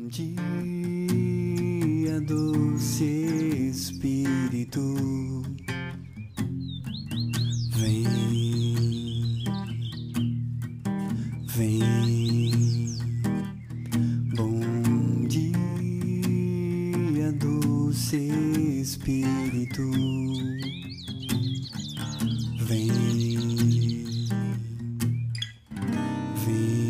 dia, doce Espírito, vem, vem. Bom dia, doce Espírito, vem, vem.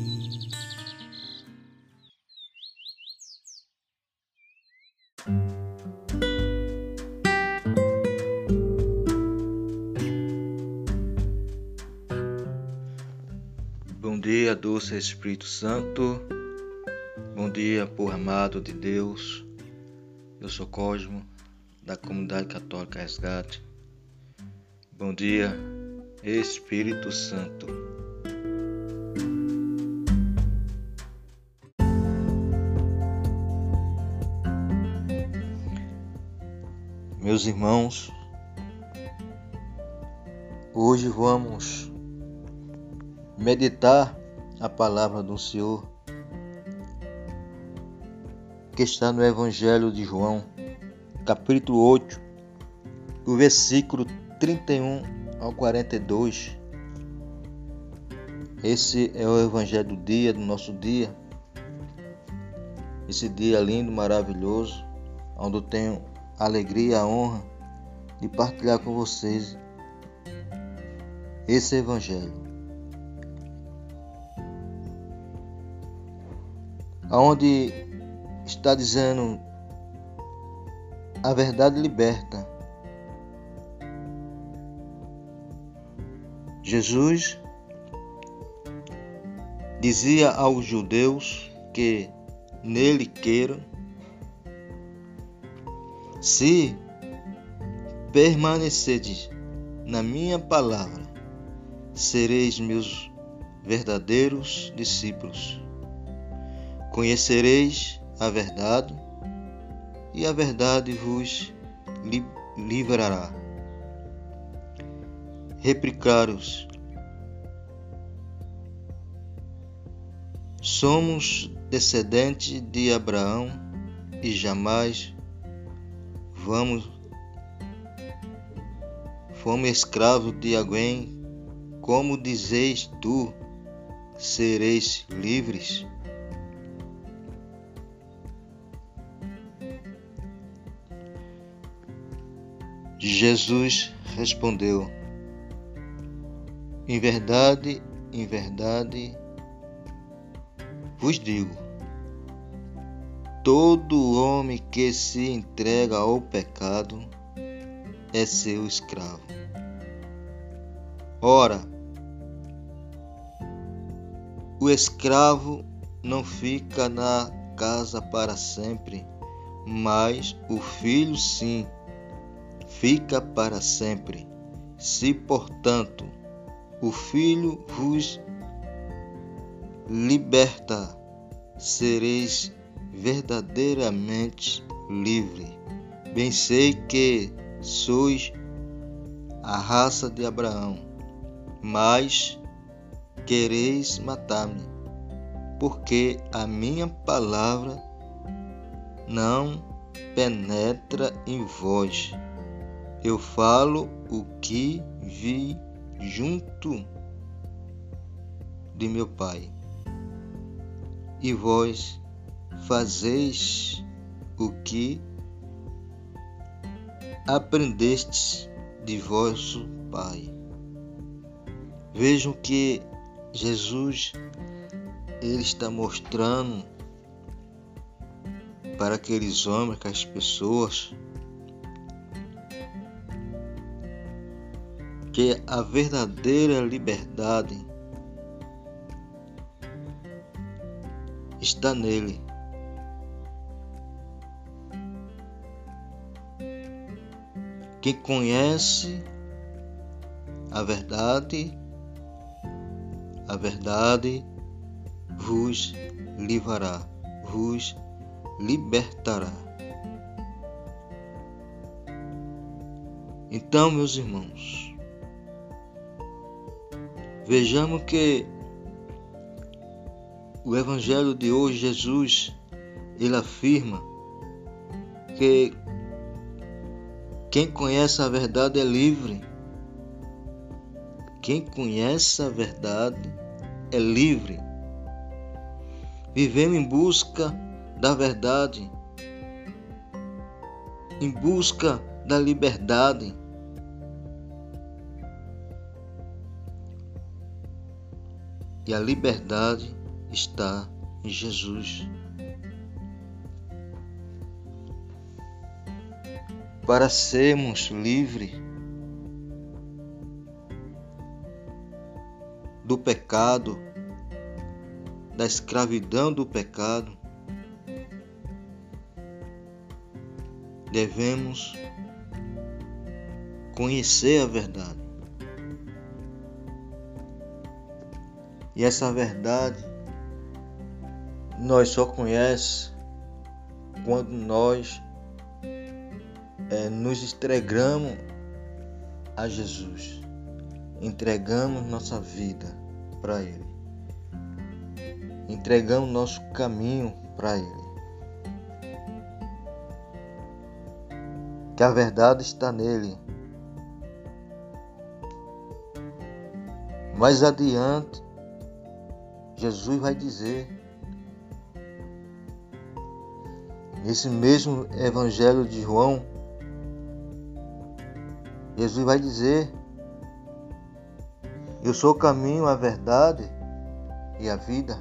Bom dia, doce Espírito Santo. Bom dia, povo amado de Deus. Eu sou Cosmo, da Comunidade Católica Resgate. Bom dia, Espírito Santo. Meus irmãos, hoje vamos meditar a palavra do Senhor que está no Evangelho de João, capítulo 8, o versículo 31 ao 42. Esse é o Evangelho do dia, do nosso dia. Esse dia lindo, maravilhoso, onde eu tenho a alegria e a honra de partilhar com vocês esse Evangelho. Onde está dizendo a verdade liberta. Jesus dizia aos judeus que nele queiram, se permanecerdes na minha palavra, sereis meus verdadeiros discípulos. Conhecereis a verdade, e a verdade vos livrará. Replicaram-os: somos descendentes de Abraão e jamais fomos escravos de alguém. Como dizeis tu, sereis livres? Jesus respondeu: em verdade, vos digo, todo homem que se entrega ao pecado é seu escravo. Ora, o escravo não fica na casa para sempre, mas o filho sim, fica para sempre. Se, portanto, o Filho vos liberta, sereis verdadeiramente livre. Bem sei que sois a raça de Abraão, mas quereis matar-me, porque a minha palavra não penetra em vós. Eu falo o que vi junto de meu Pai, e vós fazeis o que aprendestes de vosso Pai. Vejam que Jesus ele está mostrando para aqueles homens, aquelas pessoas, que a verdadeira liberdade está nele. Quem conhece a verdade vos livrará, vos libertará. Então, meus irmãos, vejamos que o Evangelho de hoje, Jesus ele afirma que quem conhece a verdade é livre. Quem conhece a verdade é livre. Vivemos em busca da verdade, em busca da liberdade. E a liberdade está em Jesus. Para sermos livres do pecado, da escravidão do pecado, devemos conhecer a verdade. E essa verdade nós só conhecemos quando nós nos entregamos a Jesus, entregamos nossa vida para Ele, entregamos nosso caminho para Ele. Que a verdade está nele. Mais adiante, Jesus vai dizer, nesse mesmo Evangelho de João, Jesus vai dizer: eu sou o caminho, a verdade e a vida.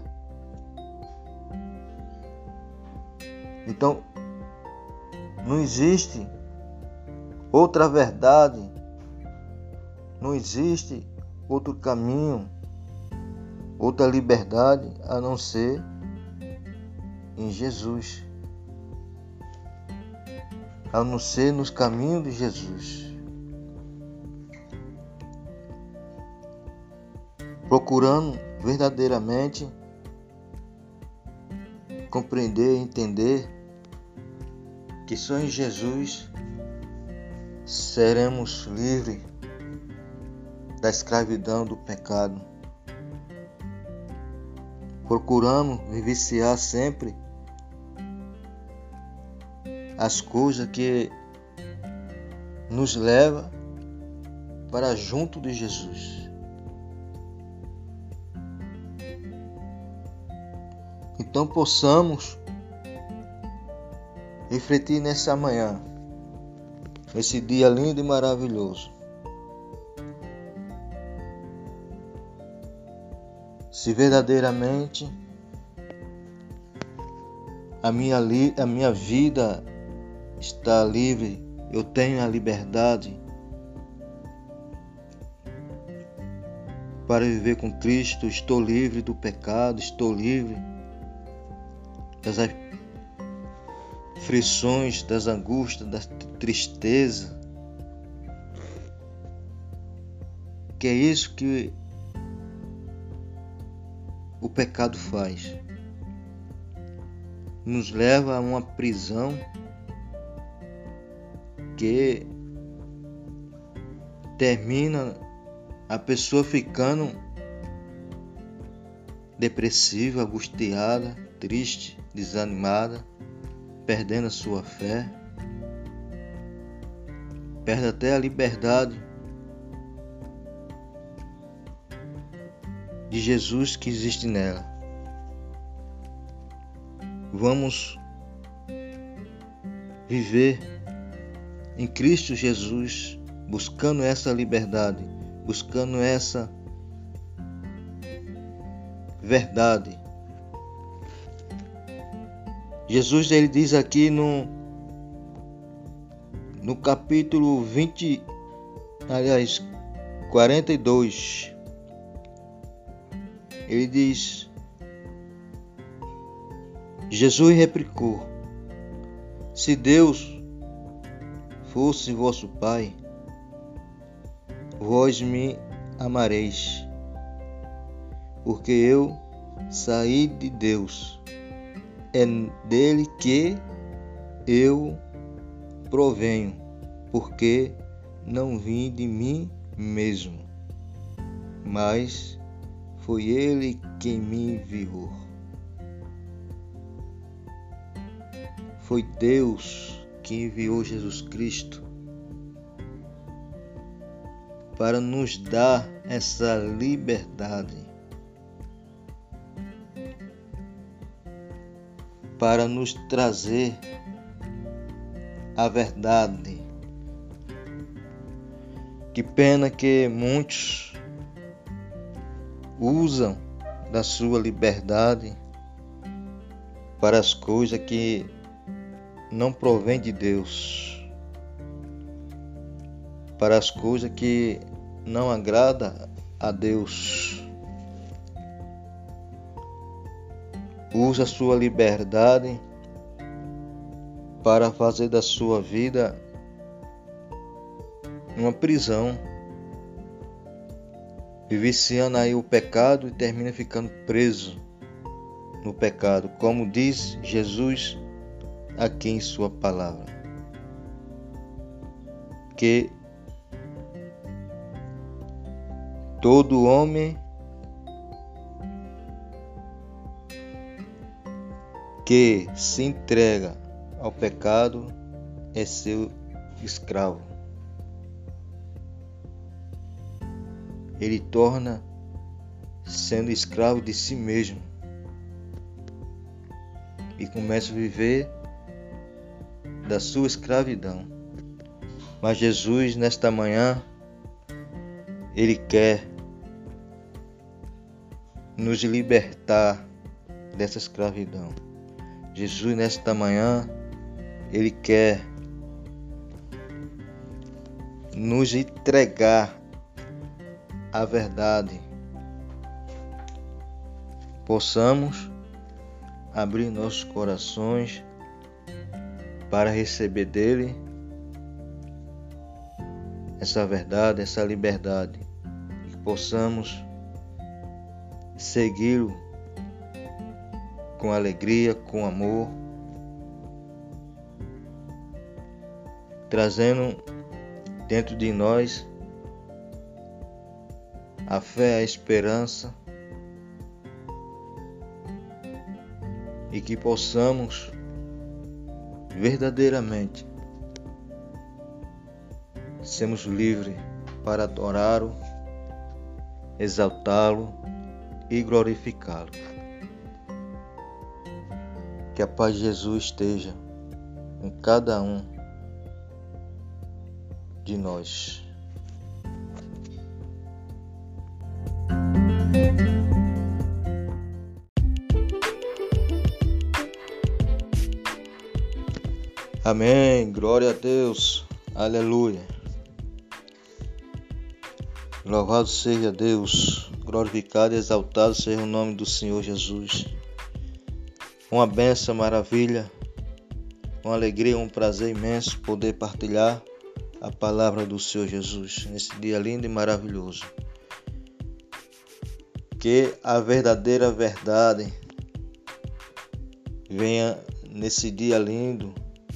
Então, não existe outra verdade, não existe outro caminho, outra liberdade a não ser em Jesus, a não ser nos caminhos de Jesus. Procurando verdadeiramente compreender e entender que só em Jesus seremos livres da escravidão do pecado. Procuramos vivenciar sempre as coisas que nos levam para junto de Jesus. Então possamos refletir nessa manhã, nesse dia lindo e maravilhoso. Se verdadeiramente a minha vida está livre, eu tenho a liberdade para viver com Cristo, estou livre do pecado, estou livre das aflições, das angústias, da tristeza. Que é isso que o pecado faz. Nos leva a uma prisão que termina a pessoa ficando depressiva, angustiada, triste, desanimada, perdendo a sua fé, perde até a liberdade de Jesus que existe nela. Vamos viver em Cristo Jesus, buscando essa liberdade, buscando essa verdade. Jesus, ele diz aqui no capítulo 42, ele diz: Jesus replicou: se Deus fosse vosso Pai, vós me amareis, porque eu saí de Deus, é dele que eu provenho, porque não vim de mim mesmo, mas foi ele quem me enviou. foi Deus que enviou Jesus Cristo para nos dar essa liberdade, para nos trazer a verdade. Que pena que muitos usam da sua liberdade para as coisas que não provém de Deus, para as coisas que não agrada a Deus. Usa a sua liberdade para fazer da sua vida uma prisão, viciando aí o pecado e termina ficando preso no pecado, como diz Jesus aqui em sua palavra, que todo homem que se entrega ao pecado é seu escravo. Ele torna sendo escravo de si mesmo e começa a viver da sua escravidão. Mas Jesus, nesta manhã, Ele quer nos libertar dessa escravidão. Jesus, nesta manhã, Ele quer nos entregar a verdade. Possamos abrir nossos corações para receber dele essa verdade, essa liberdade, e possamos segui-lo com alegria, com amor, trazendo dentro de nós a fé, a esperança, e que possamos verdadeiramente sermos livres para adorá-lo, exaltá-lo e glorificá-lo. Que a paz de Jesus esteja em cada um de nós. Amém, glória a Deus, aleluia. Louvado seja Deus, glorificado e exaltado seja o nome do Senhor Jesus. Uma bênção, maravilha, uma alegria, um prazer imenso poder partilhar a palavra do Senhor Jesus nesse dia lindo e maravilhoso. Que a verdadeira verdade venha nesse dia lindo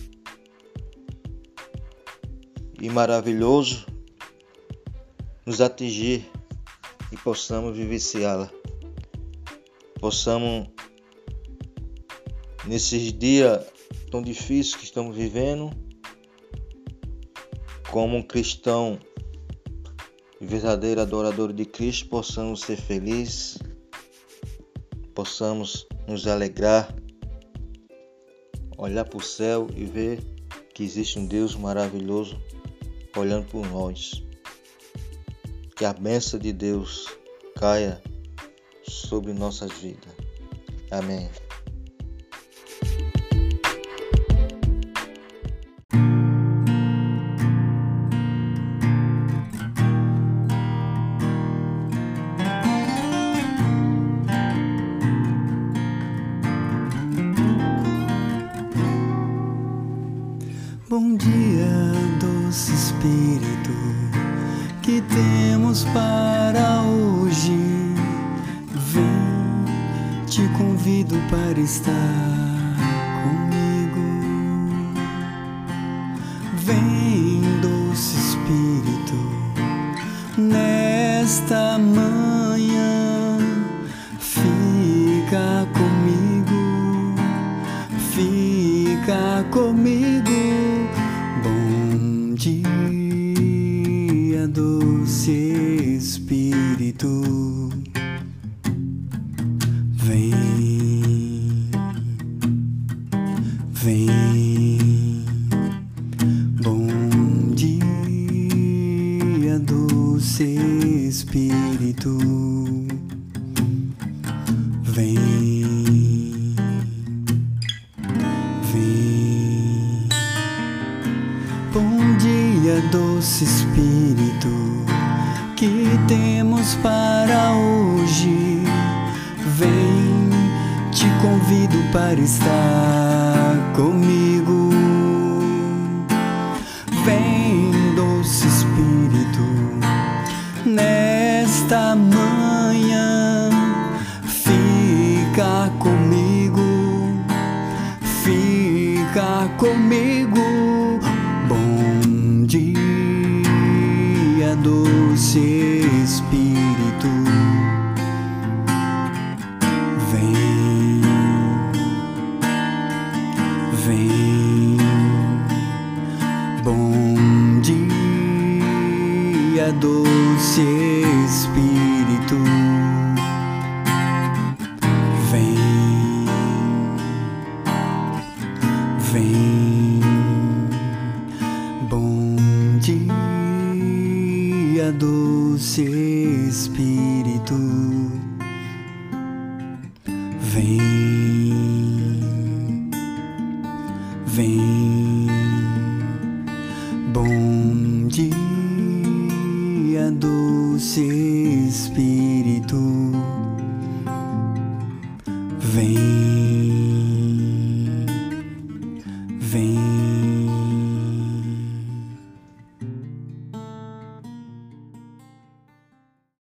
e maravilhoso nos atingir e possamos vivenciá-la. Possamos, nesses dias tão difíceis que estamos vivendo, como um cristão e verdadeiro adorador de Cristo, possamos ser felizes, possamos nos alegrar, olhar para o céu e ver que existe um Deus maravilhoso olhando por nós. Que a bênção de Deus caia sobre nossas vidas. Amém. Bom dia, doce Espírito, que temos para hoje. Vem, te convido para estar comigo. Vem, doce Espírito, nesta manhã, fica comigo, fica fica comigo. Bom dia, doce Espírito, vem, vem. Bom dia, doce Espírito, vem, vem. Bom dia, doce Espírito, que temos para hoje? Vem, te convido para estar comigo. Vem, doce Espírito, nesta manhã, fica comigo, fica comigo. Bom dia, doce Espírito, vem, vem. Bom dia, doce Espírito, vem, vem. Bom dia, doce Espírito, vem, vem. Bom dia, doce Espírito, vem, vem.